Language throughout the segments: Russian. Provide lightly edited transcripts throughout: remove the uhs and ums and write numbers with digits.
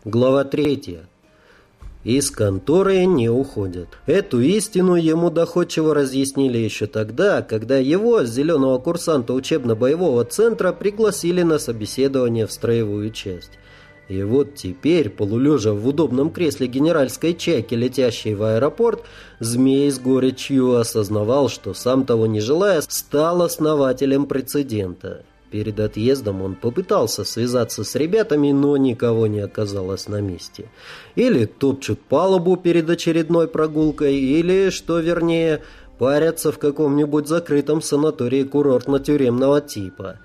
Глава 3. Из конторы не уходят. Эту истину ему доходчиво разъяснили еще тогда, когда его, зеленого курсанта учебно-боевого центра, пригласили на собеседование в строевую часть. И вот теперь, полулежа в удобном кресле генеральской чайки, летящей в аэропорт, Змей с горечью осознавал, что, сам того не желая, стал основателем прецедента. Перед отъездом он попытался связаться с ребятами, но никого не оказалось на месте. Или топчут палубу перед очередной прогулкой, или, что вернее, парятся в каком-нибудь закрытом санатории курортно-тюремного типа.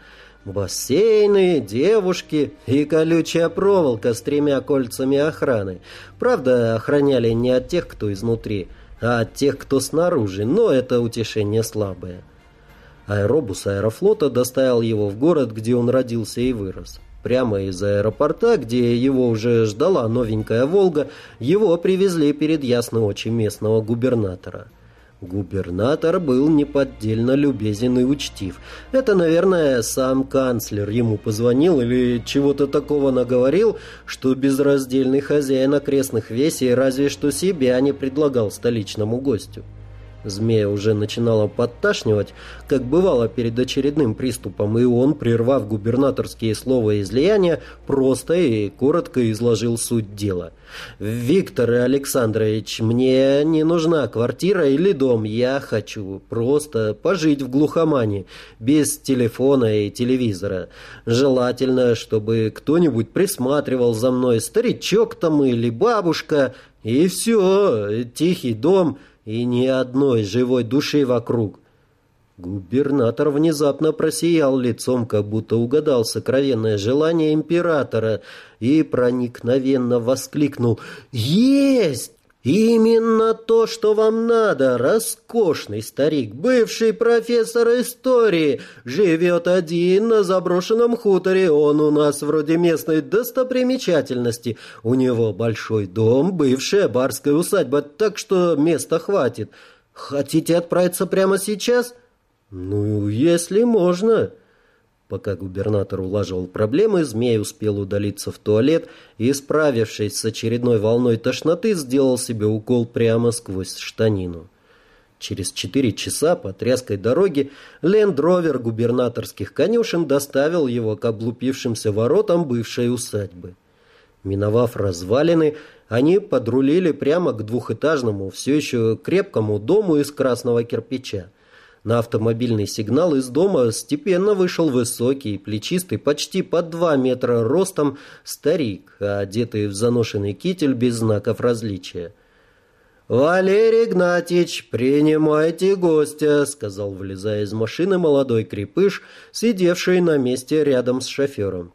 Бассейны, девушки и колючая проволока с 3 кольцами охраны. Правда, охраняли не от тех, кто изнутри, а от тех, кто снаружи, но это утешение слабое. Аэробус Аэрофлота доставил его в город, где он родился и вырос. Прямо из аэропорта, где его уже ждала новенькая «Волга», его привезли перед ясные очи местного губернатора. Губернатор был неподдельно любезен и учтив. Это, наверное, сам канцлер ему позвонил или чего-то такого наговорил, что безраздельный хозяин окрестных весей разве что себя не предлагал столичному гостю. Змея уже начинала подташнивать, как бывало перед очередным приступом, и он, прервав губернаторские словоизлияния, просто и коротко изложил суть дела. «Виктор Александрович, мне не нужна квартира или дом, я хочу просто пожить в глухомане, без телефона и телевизора. Желательно, чтобы кто-нибудь присматривал за мной, старичок там или бабушка, и все, тихий дом». И ни одной живой души вокруг. Губернатор внезапно просиял лицом, как будто угадал сокровенное желание императора, и проникновенно воскликнул: «Есть! Именно то, что вам надо! Роскошный старик, бывший профессор истории, живет один на заброшенном хуторе, он у нас вроде местной достопримечательности. У него большой дом, бывшая барская усадьба, так что места хватит. Хотите отправиться прямо сейчас? Ну, если можно». Пока губернатор улаживал проблемы, Змей успел удалиться в туалет и, справившись с очередной волной тошноты, сделал себе укол прямо сквозь штанину. Через 4 часа по тряской дороге лендровер губернаторских конюшен доставил его к облупившимся воротам бывшей усадьбы. Миновав развалины, они подрулили прямо к двухэтажному, все еще крепкому дому из красного кирпича. На автомобильный сигнал из дома степенно вышел высокий, плечистый, почти под 2 метра ростом старик, одетый в заношенный китель без знаков различия. «Валерий Игнатьич, принимайте гостя», — сказал, вылезая из машины, молодой крепыш, сидевший на месте рядом с шофером.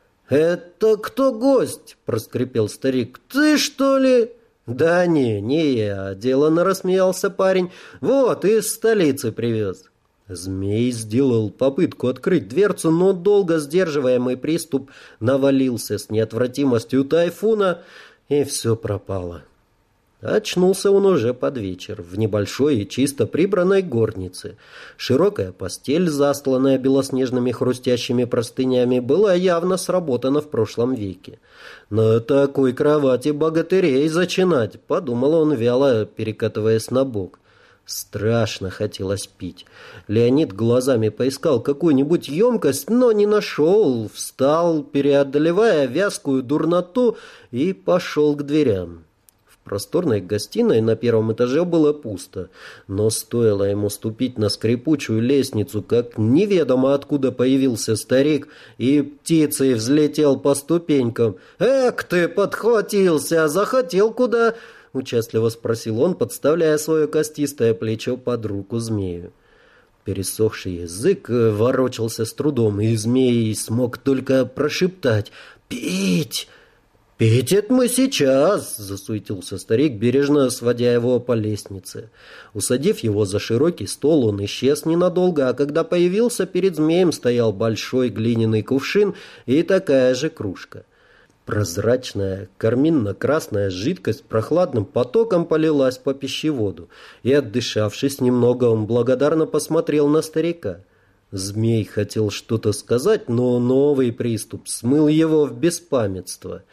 «Это кто гость?» — проскрипел старик. «Ты, что ли?» «Да не я», — деланно рассмеялся парень. «Вот, из столицы привез». Змей сделал попытку открыть дверцу, но долго сдерживаемый приступ навалился с неотвратимостью тайфуна, и все пропало. Очнулся он уже под вечер в небольшой и чисто прибранной горнице. Широкая постель, застланная белоснежными хрустящими простынями, была явно сработана в прошлом веке. «На такой кровати богатырей зачинать», — подумал он, вяло перекатываясь на бок. Страшно хотелось пить. Леонид глазами поискал какую-нибудь емкость, но не нашел. Встал, преодолевая вязкую дурноту, и пошел к дверям. В просторной гостиной на 1-м этаже было пусто, но стоило ему ступить на скрипучую лестницу, как неведомо откуда появился старик и птицей взлетел по ступенькам. «Эк ты, подхватился, захотел куда?» — участливо спросил он, подставляя свое костистое плечо под руку змею. Пересохший язык ворочался с трудом, и змей смог только прошептать: «Пить!» «Пить это мы сейчас!» — засуетился старик, бережно сводя его по лестнице. Усадив его за широкий стол, он исчез ненадолго, а когда появился, перед змеем стоял большой глиняный кувшин и такая же кружка. Прозрачная, карминно-красная жидкость прохладным потоком полилась по пищеводу, и, отдышавшись немного, он благодарно посмотрел на старика. Змей хотел что-то сказать, но новый приступ смыл его в беспамятство.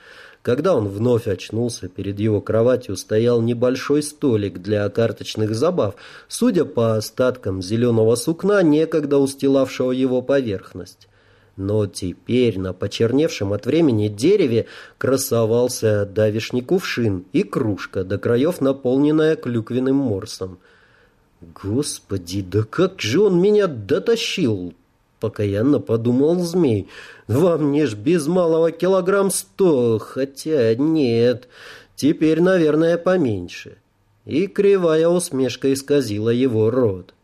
Когда он вновь очнулся, перед его кроватью стоял небольшой столик для карточных забав, судя по остаткам зеленого сукна, некогда устилавшего его поверхность. Но теперь на почерневшем от времени дереве красовался давишний кувшин и кружка, до краев наполненная клюквенным морсом. «Господи, да как же он меня дотащил!» — покаянно подумал змей. «Во мне ж без малого 100 килограмм, хотя нет, теперь, наверное, поменьше». И кривая усмешка исказила его рот.